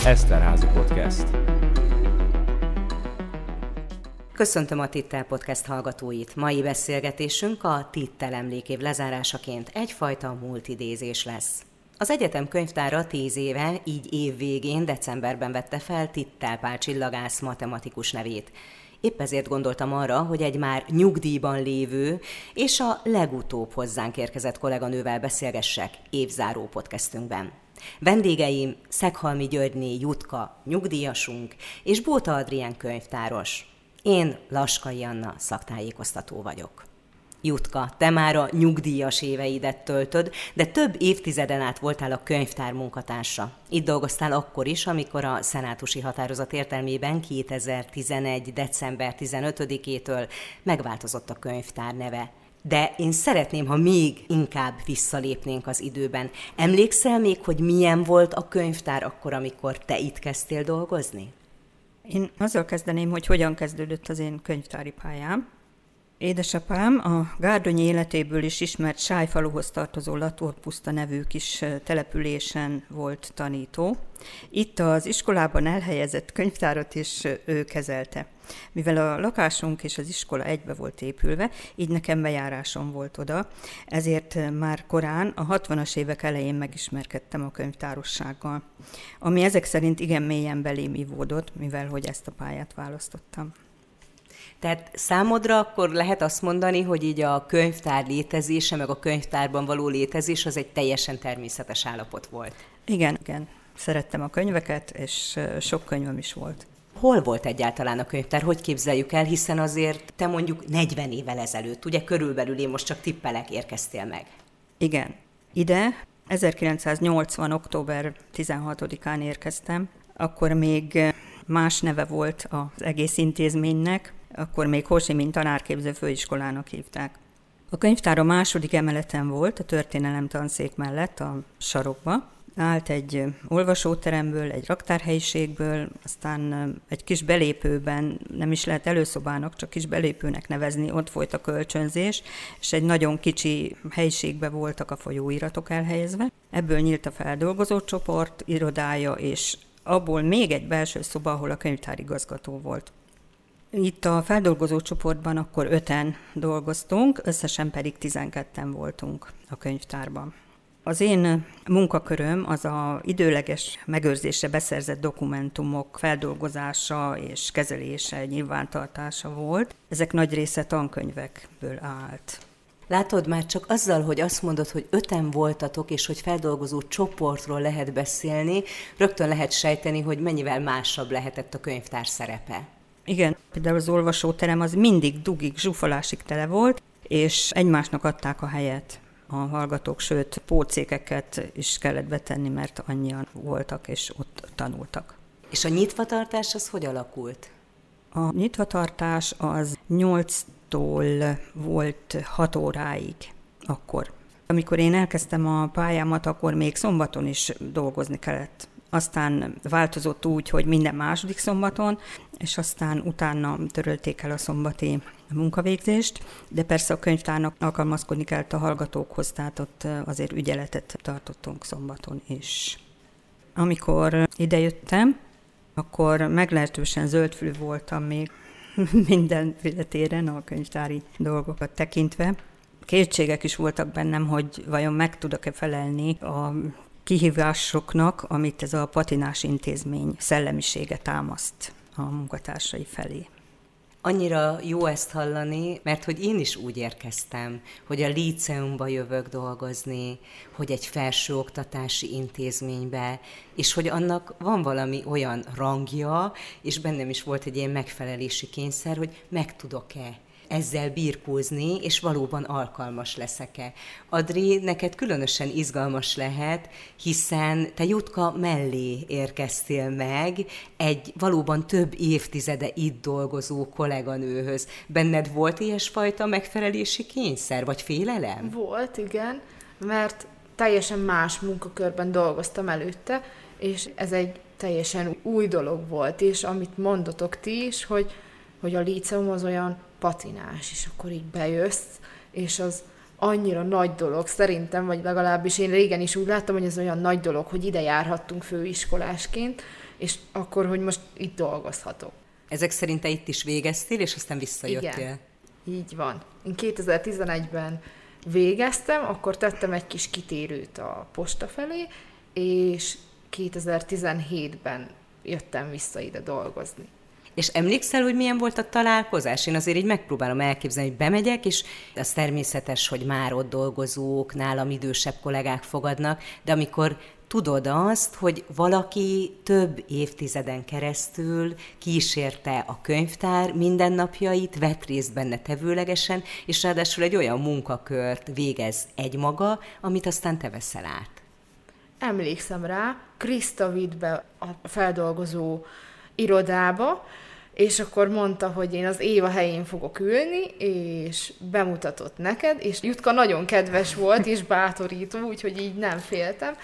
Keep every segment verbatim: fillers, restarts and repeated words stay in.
Eszterházy Podcast. Köszöntöm a Tittel Podcast hallgatóit. Mai beszélgetésünk a Tittel emlékév lezárásaként egyfajta multidézés lesz. Az egyetem könyvtára tíz éve, így év végén, decemberben vette fel Tittel Pál csillagász matematikus nevét. Épp ezért gondoltam arra, hogy egy már nyugdíjban lévő és a legutóbb hozzánk érkezett kolléganővel beszélgessek évzáró podcastünkben. Vendégeim Szeghalmi Györgyné Jutka, nyugdíjasunk, és Bóta Adrián könyvtáros. Én Laskai Anna, szaktájékoztató vagyok. Jutka, te már a nyugdíjas éveidet töltöd, de több évtizeden át voltál a könyvtár munkatársa. Itt dolgoztál akkor is, amikor a szenátusi határozat értelmében kétezer-tizenegy. december tizenötödikétől megváltozott a könyvtár neve. De én szeretném, ha még inkább visszalépnénk az időben. Emlékszel még, hogy milyen volt a könyvtár akkor, amikor te itt kezdtél dolgozni? Én azzal kezdeném, hogy hogyan kezdődött az én könyvtári pályám. Édesapám a Gárdonyi életéből is ismert Sályfaluhoz tartozó Latorpuszta nevű kis településen volt tanító. Itt az iskolában elhelyezett könyvtárat is ő kezelte. Mivel a lakásunk és az iskola egybe volt épülve, így nekem bejárásom volt oda, ezért már korán, a hatvanas évek elején megismerkedtem a könyvtárossággal, ami ezek szerint igen mélyen belém ivódott, mivel hogy ezt a pályát választottam. Tehát számodra akkor lehet azt mondani, hogy így a könyvtár létezése, meg a könyvtárban való létezés az egy teljesen természetes állapot volt. Igen, igen. Szerettem a könyveket, és sok könyvem is volt. Hol volt egyáltalán a könyvtár? Hogy képzeljük el? Hiszen azért te mondjuk negyven évvel ezelőtt, ugye körülbelül, én most csak tippelek, érkeztél meg. Igen. Ide ezerkilencszáznyolcvan. október tizenhatodikán érkeztem. Akkor még más neve volt az egész intézménynek, akkor még Ho Chi Minh tanárképző főiskolának hívták. A könyvtár a második emeleten volt, a történelem tanszék mellett a sarokba. Állt egy olvasóteremből, egy raktárhelyiségből, aztán egy kis belépőben, nem is lehet előszobának, csak kis belépőnek nevezni, ott folyt a kölcsönzés, és egy nagyon kicsi helyiségbe voltak a folyóiratok elhelyezve. Ebből nyílt a feldolgozócsoport irodája, és abból még egy belső szoba, ahol a könyvtárigazgató volt. Itt a feldolgozó csoportban akkor öten dolgoztunk, összesen pedig tizenketten voltunk a könyvtárban. Az én munkaköröm az a időleges megőrzésre beszerzett dokumentumok feldolgozása és kezelése, nyilvántartása volt. Ezek nagy része tankönyvekből állt. Látod, már csak azzal, hogy azt mondod, hogy öten voltatok, és hogy feldolgozó csoportról lehet beszélni, rögtön lehet sejteni, hogy mennyivel másabb lehetett a könyvtár szerepe. Igen, például az olvasóterem az mindig dugig, zsúfolásig tele volt, és egymásnak adták a helyet a hallgatók, sőt, pótszékeket is kellett betenni, mert annyian voltak, és ott tanultak. És a nyitvatartás az hogy alakult? A nyitvatartás az nyolctól volt hat óráig akkor. Amikor én elkezdtem a pályámat, akkor még szombaton is dolgozni kellett. Aztán változott úgy, hogy minden második szombaton, és aztán utána törölték el a szombati munkavégzést, de persze a könyvtárnak alkalmazkodni kellett a hallgatókhoz, tehát ott azért ügyeletet tartottunk szombaton is. Amikor idejöttem, akkor meglehetősen zöldfülű voltam még mindenféle téren a könyvtári dolgokat tekintve. Kétségek is voltak bennem, hogy vajon meg tudok-e felelni a kihívásoknak, amit ez a patinás intézmény szellemisége támaszt a munkatársai felé. Annyira jó ezt hallani, mert hogy én is úgy érkeztem, hogy a líceumba jövök dolgozni, hogy egy felsőoktatási intézménybe, és hogy annak van valami olyan rangja, és bennem is volt egy ilyen megfelelési kényszer, hogy meg tudok-e ezzel birkózni, és valóban alkalmas leszek-e. Adri, neked különösen izgalmas lehet, hiszen te Jutka mellé érkeztél meg egy valóban több évtizede itt dolgozó kolléganőhöz. Benned volt ilyesfajta megfelelési kényszer, vagy félelem? Volt, igen, mert teljesen más munkakörben dolgoztam előtte, és ez egy teljesen új dolog volt, és amit mondotok ti is, hogy, hogy a líceum az olyan patinás, és akkor így bejössz, és az annyira nagy dolog szerintem, vagy legalábbis én régen is úgy láttam, hogy ez olyan nagy dolog, hogy ide járhattunk főiskolásként, és akkor, hogy most itt dolgozhatok. Ezek szerint te itt is végeztél, és aztán visszajöttél? Igen, így van. Én kétezer-tizenegyben végeztem, akkor tettem egy kis kitérőt a posta felé, és kétezer-tizenhétben jöttem vissza ide dolgozni. És emlékszel, hogy milyen volt a találkozás? Én azért így megpróbálom elképzelni, hogy bemegyek, és az természetes, hogy már ott dolgozók, nálam idősebb kollégák fogadnak, de amikor tudod azt, hogy valaki több évtizeden keresztül kísérte a könyvtár mindennapjait, vett részt benne tevőlegesen, és ráadásul egy olyan munkakört végez egymaga, amit aztán te veszel át. Emlékszem rá, Kriszta vitt be a feldolgozó irodába, és akkor mondta, hogy én az Éva helyén fogok ülni, és bemutatott neked, és Jutka nagyon kedves volt, és bátorító, úgyhogy így nem féltem,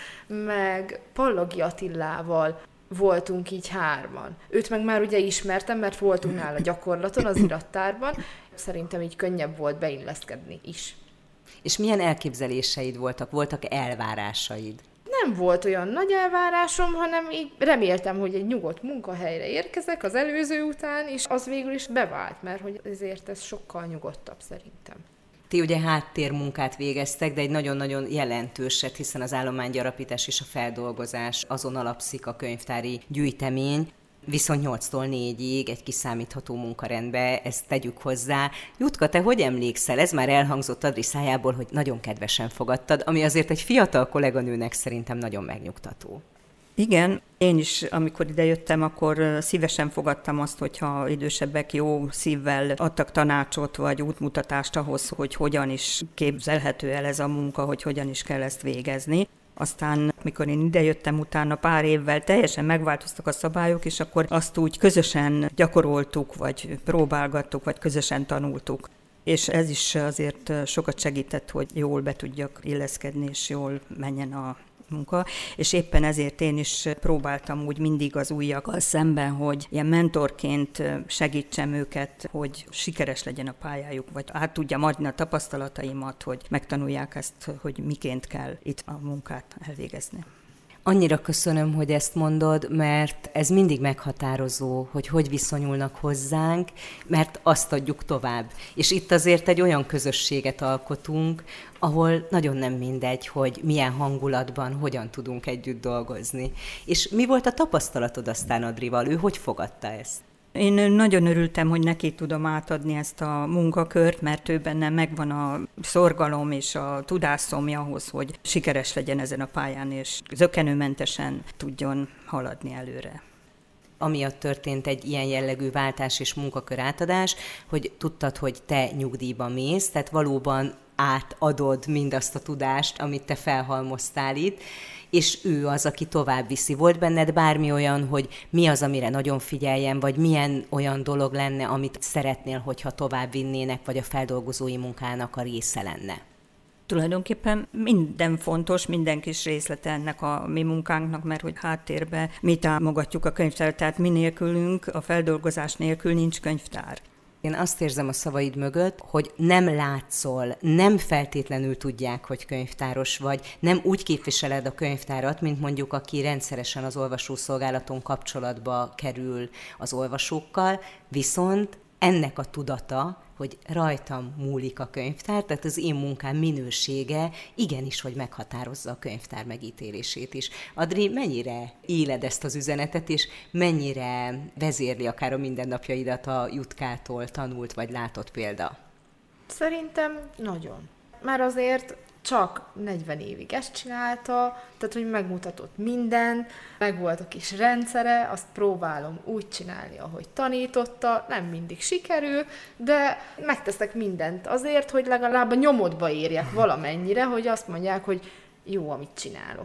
meg Pallagi Attilával voltunk így hárman. Őt meg már ugye ismertem, mert voltunk nála gyakorlaton, az irattárban. Szerintem így könnyebb volt beilleszkedni is. És milyen elképzeléseid voltak? Voltak elvárásaid? Nem volt olyan nagy elvárásom, hanem így reméltem, hogy egy nyugodt munkahelyre érkezek az előző után, és az végül is bevált, mert hogy ezért ez sokkal nyugodtabb szerintem. Ti ugye háttérmunkát végeztek, de egy nagyon-nagyon jelentőset, hiszen az állománygyarapítás és a feldolgozás, azon alapszik a könyvtári gyűjtemény, viszont nyolctól négyig egy kiszámítható munkarendbe, ezt tegyük hozzá. Jutka, te hogy emlékszel? Ez már elhangzott Adri szájából, hogy nagyon kedvesen fogadtad, ami azért egy fiatal kolléganőnek szerintem nagyon megnyugtató. Igen, én is, amikor idejöttem, akkor szívesen fogadtam azt, hogyha idősebbek jó szívvel adtak tanácsot, vagy útmutatást ahhoz, hogy hogyan is képzelhető el ez a munka, hogy hogyan is kell ezt végezni. Aztán, mikor én idejöttem utána pár évvel, teljesen megváltoztak a szabályok, és akkor azt úgy közösen gyakoroltuk, vagy próbálgattuk, vagy közösen tanultuk. És ez is azért sokat segített, hogy jól be tudjak illeszkedni, és jól menjen a munka, és éppen ezért én is próbáltam úgy mindig az újakkal szemben, hogy ilyen mentorként segítsem őket, hogy sikeres legyen a pályájuk, vagy át tudjam adni a tapasztalataimat, hogy megtanulják ezt, hogy miként kell itt a munkát elvégezni. Annyira köszönöm, hogy ezt mondod, mert ez mindig meghatározó, hogy hogy viszonyulnak hozzánk, mert azt adjuk tovább. És itt azért egy olyan közösséget alkotunk, ahol nagyon nem mindegy, hogy milyen hangulatban, hogyan tudunk együtt dolgozni. És mi volt a tapasztalatod aztán Adrival? Ő hogy fogadta ezt? Én nagyon örültem, hogy neki tudom átadni ezt a munkakört, mert ő bennem megvan a szorgalom és a tudásszomja ahhoz, hogy sikeres legyen ezen a pályán, és zökkenőmentesen tudjon haladni előre. Amiatt történt egy ilyen jellegű váltás és munkakör átadás, hogy tudtad, hogy te nyugdíjba mész, tehát valóban átadod mindazt a tudást, amit te felhalmoztál itt, és ő az, aki tovább viszi. Volt benned bármi olyan, hogy mi az, amire nagyon figyeljen, vagy milyen olyan dolog lenne, amit szeretnél, hogyha tovább vinnének, vagy a feldolgozói munkának a része lenne? Tulajdonképpen minden fontos, minden kis részlete ennek a mi munkánknak, mert hogy háttérben mi támogatjuk a könyvtárat, tehát mi nélkülünk, a feldolgozás nélkül nincs könyvtár. Én azt érzem a szavaid mögött, hogy nem látszol, nem feltétlenül tudják, hogy könyvtáros vagy, nem úgy képviseled a könyvtárat, mint mondjuk aki rendszeresen az olvasószolgálaton kapcsolatba kerül az olvasókkal, viszont ennek a tudata, hogy rajtam múlik a könyvtár, tehát az én munkám minősége igenis, hogy meghatározza a könyvtár megítélését is. Adri, mennyire éled ezt az üzenetet, és mennyire vezérli akár a mindennapjaidat a Jutkától tanult vagy látott példa? Szerintem nagyon. Már azért csak negyven évig ezt csinálta, tehát hogy megmutatott mindent, meg volt a kis rendszere, azt próbálom úgy csinálni, ahogy tanította, nem mindig sikerül, de megteszek mindent azért, hogy legalább a nyomodba érjek valamennyire, hogy azt mondják, hogy jó, amit csinálok.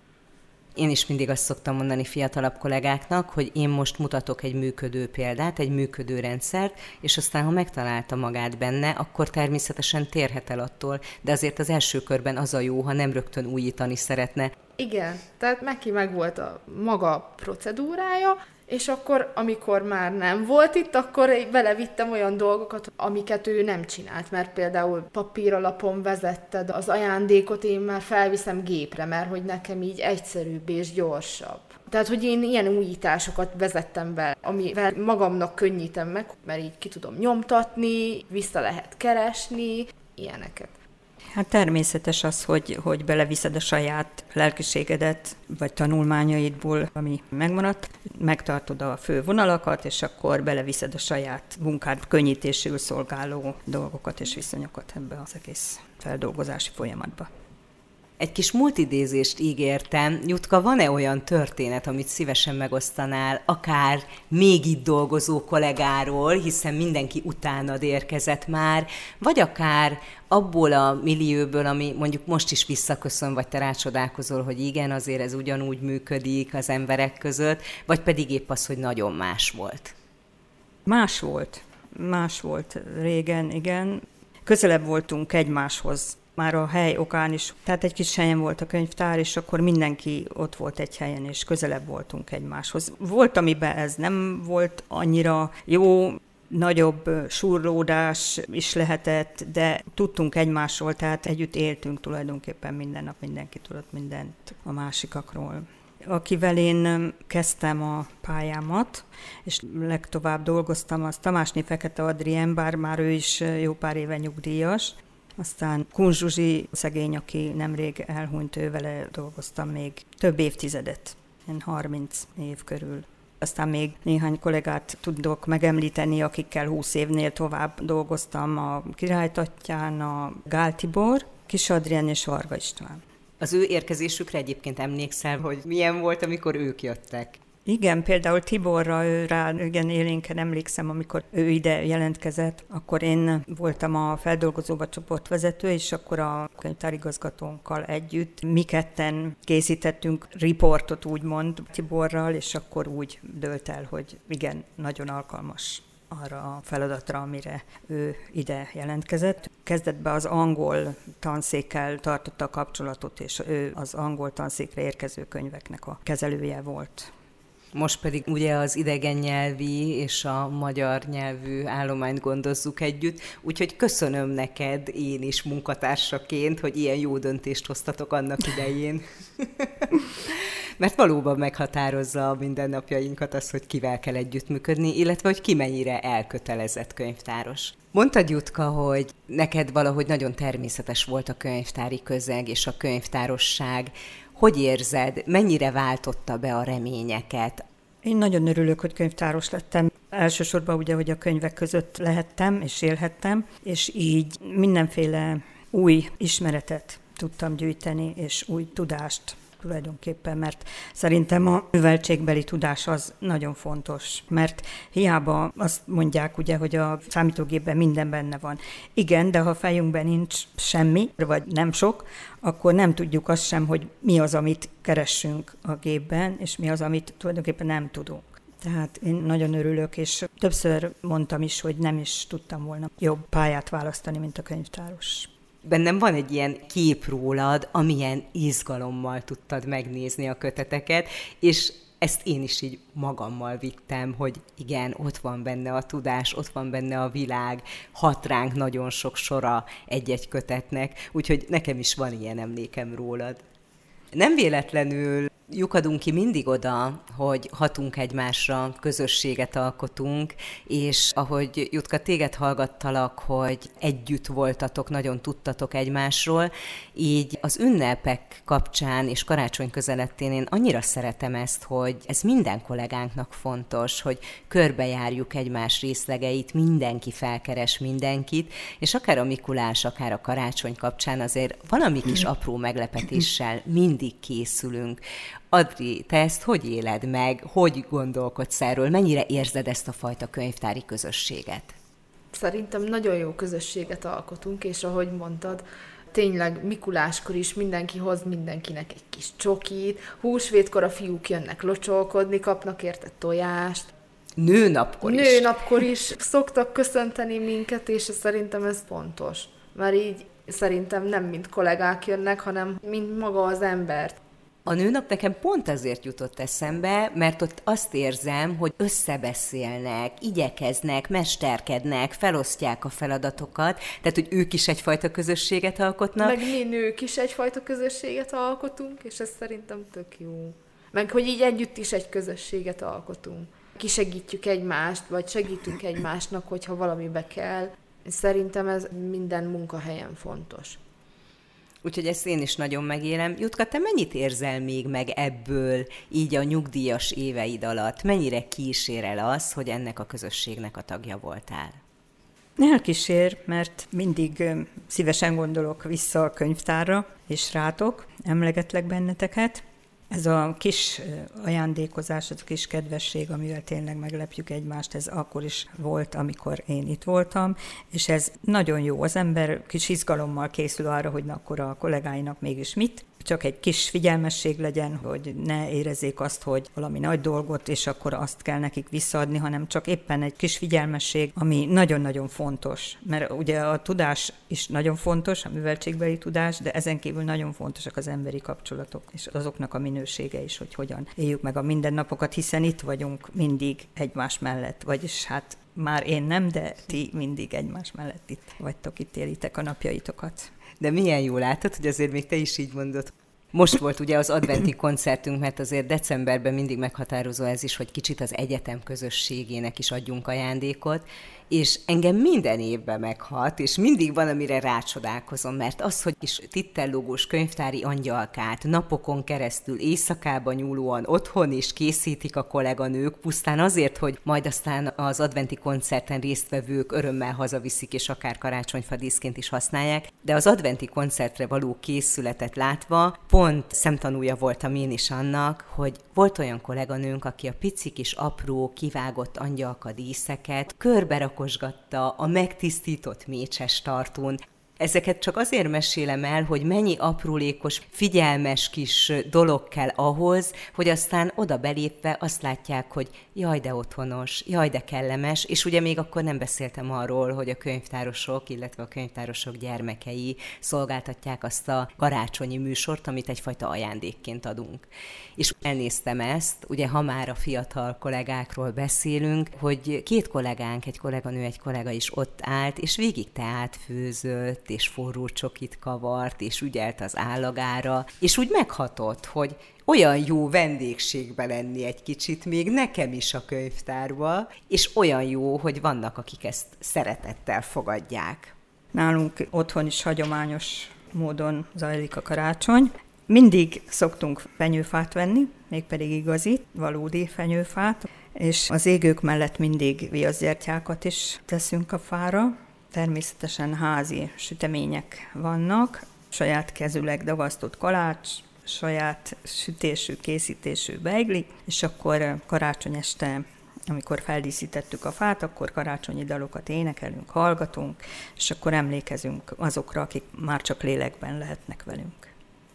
Én is mindig azt szoktam mondani fiatalabb kollégáknak, hogy én most mutatok egy működő példát, egy működő rendszert, és aztán, ha megtalálta magát benne, akkor természetesen térhet el attól, de azért az első körben az a jó, ha nem rögtön újítani szeretne. Igen, tehát neki megvolt a maga procedúrája, És akkor, amikor már nem volt itt, akkor belevittem olyan dolgokat, amiket ő nem csinált, mert például papíralapon vezetted az ajándékot, én már felviszem gépre, mert hogy nekem így egyszerűbb és gyorsabb. Tehát, hogy én ilyen újításokat vezettem be, amivel magamnak könnyítem meg, mert így ki tudom nyomtatni, vissza lehet keresni, ilyeneket. Hát természetes az, hogy, hogy beleviszed a saját lelkiségedet, vagy tanulmányaidból, ami megmaradt, megtartod a fő vonalakat, és akkor beleviszed a saját munkád könnyítésül szolgáló dolgokat és viszonyokat ebbe az egész feldolgozási folyamatba. Egy kis multidézést ígértem. Jutka, van-e olyan történet, amit szívesen megosztanál, akár még itt dolgozó kollégáról, hiszen mindenki utánad érkezett már, vagy akár abból a millióból, ami mondjuk most is visszaköszön, vagy te rácsodálkozol, hogy igen, azért ez ugyanúgy működik az emberek között, vagy pedig épp az, hogy nagyon más volt? Más volt. Más volt régen, igen. Közelebb voltunk egymáshoz, már a hely okán is. Tehát egy kis helyen volt a könyvtár, és akkor mindenki ott volt egy helyen, és közelebb voltunk egymáshoz. Volt, amiben ez nem volt annyira jó, nagyobb surlódás is lehetett, de tudtunk egymásról, tehát együtt éltünk tulajdonképpen minden nap, mindenki tudott mindent a másikakról. Akivel én kezdtem a pályámat, és legtovább dolgoztam, az Tamásné Fekete Adrien, bár már ő is jó pár éve nyugdíjas. Aztán Kun Zsuzsi, szegény, aki nemrég elhunyt, ő vele dolgoztam még több évtizedet, ilyen harminc év körül. Aztán még néhány kollégát tudok megemlíteni, akikkel húsz évnél tovább dolgoztam, a Király Tatján, a Gál Tibor, Kis Adrien és Varga István. Az ő érkezésükre egyébként emlékszel, hogy milyen volt, amikor ők jöttek? Igen, például Tiborra, ő rá igen élénken emlékszem, amikor ő ide jelentkezett, akkor én voltam a feldolgozóba csoportvezető, és akkor a könyvtárigazgatónkkal együtt mi ketten készítettünk riportot, úgymond Tiborral, és akkor úgy dőlt el, hogy igen, nagyon alkalmas arra a feladatra, amire ő ide jelentkezett. Kezdetben az angol tanszékkel tartotta a kapcsolatot, és ő az angol tanszékre érkező könyveknek a kezelője volt. Most pedig ugye az idegen nyelvi és a magyar nyelvű állományt gondozzuk együtt, úgyhogy köszönöm neked én is munkatársaként, hogy ilyen jó döntést hoztatok annak idején. Mert valóban meghatározza a mindennapjainkat az, hogy kivel kell együttműködni, illetve hogy ki mennyire elkötelezett könyvtáros. Mondtad, Jutka, hogy neked valahogy nagyon természetes volt a könyvtári közeg és a könyvtárosság. Hogy érzed, mennyire váltotta be a reményeket? Én nagyon örülök, hogy könyvtáros lettem. Elsősorban ugye, hogy a könyvek között lehettem és élhettem, és így mindenféle új ismeretet tudtam gyűjteni, és új tudást tulajdonképpen, mert szerintem a műveltségbeli tudás az nagyon fontos, mert hiába azt mondják ugye, hogy a számítógépben minden benne van. Igen, de ha a fejünkben nincs semmi, vagy nem sok, akkor nem tudjuk azt sem, hogy mi az, amit keressünk a gépben, és mi az, amit tulajdonképpen nem tudunk. Tehát én nagyon örülök, és többször mondtam is, hogy nem is tudtam volna jobb pályát választani, mint a könyvtáros. Bennem van egy ilyen kép rólad, amilyen izgalommal tudtad megnézni a köteteket, és ezt én is így magammal vittem, hogy igen, ott van benne a tudás, ott van benne a világ, hat ránk nagyon sok sora egy-egy kötetnek, úgyhogy nekem is van ilyen emlékem rólad. Nem véletlenül lyukadunk ki mindig oda, hogy hatunk egymásra, közösséget alkotunk, és ahogy Jutka, téged hallgattalak, hogy együtt voltatok, nagyon tudtatok egymásról, így az ünnepek kapcsán és karácsony közelettén én annyira szeretem ezt, hogy ez minden kollégánknak fontos, hogy körbejárjuk egymás részlegeit, mindenki felkeres mindenkit, és akár a Mikulás, akár a karácsony kapcsán azért valami kis apró meglepetéssel mindig készülünk. Adri, te ezt hogy éled meg? Hogy gondolkodsz erről? Mennyire érzed ezt a fajta könyvtári közösséget? Szerintem nagyon jó közösséget alkotunk, és ahogy mondtad, tényleg Mikuláskor is mindenki hoz mindenkinek egy kis csokit, húsvétkor a fiúk jönnek locsolkodni, kapnak érte tojást. Nőnapkor is. Nőnapkor is szoktak köszönteni minket, és szerintem ez fontos. Mert így szerintem nem mint kollégák jönnek, hanem mint maga az embert. A nőnap nekem pont azért jutott eszembe, mert ott azt érzem, hogy összebeszélnek, igyekeznek, mesterkednek, felosztják a feladatokat, tehát hogy ők is egyfajta közösséget alkotnak. Meg mi nők is egyfajta közösséget alkotunk, és ez szerintem tök jó. Meg hogy így együtt is egy közösséget alkotunk. Kisegítjük egymást, vagy segítünk egymásnak, hogyha valamibe kell. Szerintem ez minden munkahelyen fontos. Úgyhogy ezt én is nagyon megélem. Jutka, te mennyit érzel még meg ebből így a nyugdíjas éveid alatt? Mennyire kísér el az, hogy ennek a közösségnek a tagja voltál? Elkísér, mert mindig szívesen gondolok vissza a könyvtárra, és rátok, emlegetlek benneteket. Ez a kis ajándékozás, ez a kis kedvesség, amivel tényleg meglepjük egymást, ez akkor is volt, amikor én itt voltam, és ez nagyon jó. Az ember kis izgalommal készül arra, hogy na, akkor a kollégáinak mégis mit, csak egy kis figyelmesség legyen, hogy ne érezzék azt, hogy valami nagy dolgot, és akkor azt kell nekik visszaadni, hanem csak éppen egy kis figyelmesség, ami nagyon-nagyon fontos. Mert ugye a tudás is nagyon fontos, a műveltségbeli tudás, de ezen kívül nagyon fontosak az emberi kapcsolatok, és azoknak a minősége is, hogy hogyan éljük meg a mindennapokat, hiszen itt vagyunk mindig egymás mellett, vagyis hát már én nem, de ti mindig egymás mellett itt vagytok, itt élitek a napjaitokat. De milyen jól látod, hogy azért még te is így mondod. Most volt ugye az adventi koncertünk, mert azért decemberben mindig meghatározó ez is, hogy kicsit az egyetem közösségének is adjunk ajándékot, és engem minden évben meghat, és mindig van, amire rácsodálkozom, mert az, hogy kis titellógós könyvtári angyalkát napokon keresztül éjszakában nyúlóan otthon is készítik a kolléganők, pusztán azért, hogy majd aztán az adventi koncerten résztvevők örömmel hazaviszik, és akár karácsonyfa díszként is használják, de az adventi koncertre való készületet látva pont szemtanúja voltam én is annak, hogy volt olyan kolléganőnk, aki a pici kis apró, kivágott angyalka díszeket körbe rakosgatta a megtisztított mécses tartón. Ezeket csak azért mesélem el, hogy mennyi aprólékos, figyelmes kis dolog kell ahhoz, hogy aztán oda belépve azt látják, hogy jaj, de otthonos, jaj, de kellemes, és ugye még akkor nem beszéltem arról, hogy a könyvtárosok, illetve a könyvtárosok gyermekei szolgáltatják azt a karácsonyi műsort, amit egyfajta ajándékként adunk. És elnéztem ezt, ugye ha már a fiatal kollégákról beszélünk, hogy két kollégánk, egy kolléganő, egy kollega is ott állt, és végig teát főzött, és forró csokit kavart, és ügyelt az állagára, és úgy meghatott, hogy olyan jó vendégségbe lenni egy kicsit, még nekem is a könyvtárba, és olyan jó, hogy vannak, akik ezt szeretettel fogadják. Nálunk otthon is hagyományos módon zajlik a karácsony. Mindig szoktunk fenyőfát venni, mégpedig igazi, valódi fenyőfát, és az égők mellett mindig viaszgyertyákat is teszünk a fára. Természetesen házi sütemények vannak, saját kezüleg dagasztott kalács, saját sütésű, készítésű beigli, és akkor karácsony este, amikor feldíszítettük a fát, akkor karácsonyi dalokat énekelünk, hallgatunk, és akkor emlékezünk azokra, akik már csak lélekben lehetnek velünk.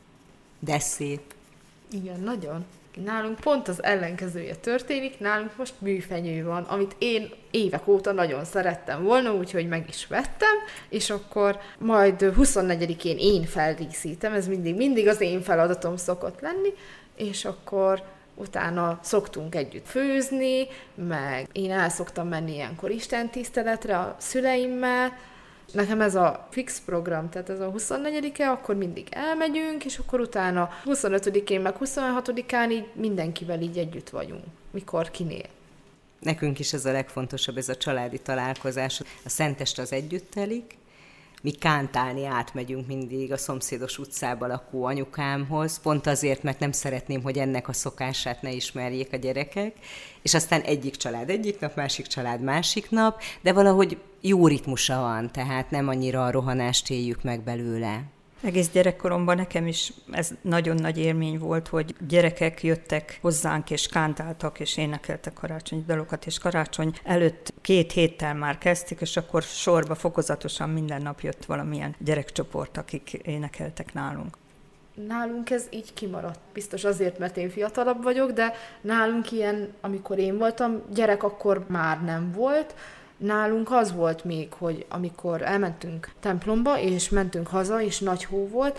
De szép. Igen, nagyon. Nálunk pont az ellenkezője történik, nálunk most műfenyő van, amit én évek óta nagyon szerettem volna, úgyhogy meg is vettem, és akkor majd huszonnegyedikén én feldíszítem, ez mindig, mindig az én feladatom szokott lenni, és akkor utána szoktunk együtt főzni, meg én el szoktam menni ilyenkor istentiszteletre a szüleimmel. Nekem ez a fix program, tehát ez a huszonnegyedike, akkor mindig elmegyünk, és akkor utána huszonötödikén meg huszonhatodikán így mindenkivel így együtt vagyunk, mikor kinél. Nekünk is ez a legfontosabb, ez a családi találkozás. A szentest az együtt telik, mi kántálni átmegyünk mindig a szomszédos utcába lakó anyukámhoz, pont azért, mert nem szeretném, hogy ennek a szokását ne ismerjék a gyerekek, és aztán egyik család egyik nap, másik család másik nap, de valahogy jó ritmusa van, tehát nem annyira a rohanást éljük meg belőle. Egész gyerekkoromban nekem is ez nagyon nagy élmény volt, hogy gyerekek jöttek hozzánk, és kántáltak, és énekeltek karácsonyi dalokat, és karácsony előtt két héttel már kezdték, és akkor sorba fokozatosan minden nap jött valamilyen gyerekcsoport, akik énekeltek nálunk. Nálunk ez így kimaradt. Biztos azért, mert én fiatalabb vagyok, de nálunk ilyen, amikor én voltam gyerek, akkor már nem volt. Nálunk az volt még, hogy amikor elmentünk templomba, és mentünk haza, és nagy hó volt,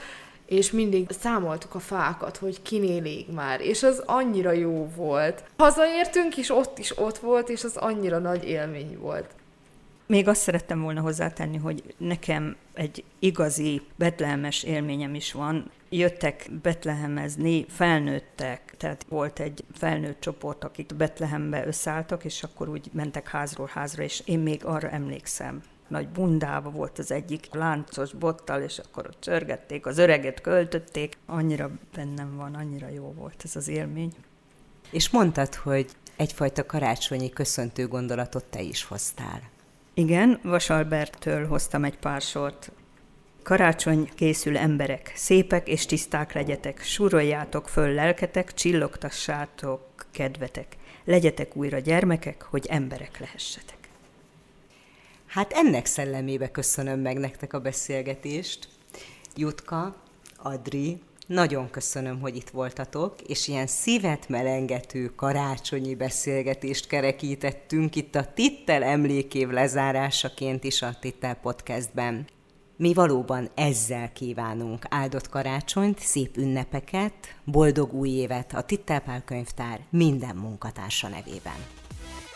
és mindig számoltuk a fákat, hogy kinél ég már, és az annyira jó volt. Hazaértünk, és ott is ott volt, és az annyira nagy élmény volt. Még azt szerettem volna hozzátenni, hogy nekem egy igazi betlehemes élményem is van. Jöttek betlehemezni felnőttek, tehát volt egy felnőtt csoport, akik Betlehembe összeálltak, és akkor úgy mentek házról házra, és én még arra emlékszem. Nagy bundába volt az egyik láncos bottal, és akkor ott csörgették, az öreget költötték. Annyira bennem van, annyira jó volt ez az élmény. És mondtad, hogy egyfajta karácsonyi köszöntő gondolatot te is hoztál. Igen, Vasalberttől hoztam egy pár sort. Karácsony készül, emberek, szépek és tiszták legyetek, súroljátok föl lelketek, csillogtassátok kedvetek. Legyetek újra gyermekek, hogy emberek lehessetek. Hát ennek szellemébe köszönöm meg nektek a beszélgetést. Jutka, Adri, nagyon köszönöm, hogy itt voltatok, és ilyen szívet melengető karácsonyi beszélgetést kerekítettünk itt a Tittel emlékév lezárásaként is a Tittel Podcastben. Mi valóban ezzel kívánunk áldott karácsonyt, szép ünnepeket, boldog új évet a Tittel Pál Könyvtár minden munkatársa nevében.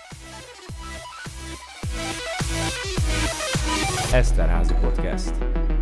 Eszterházy Podcast.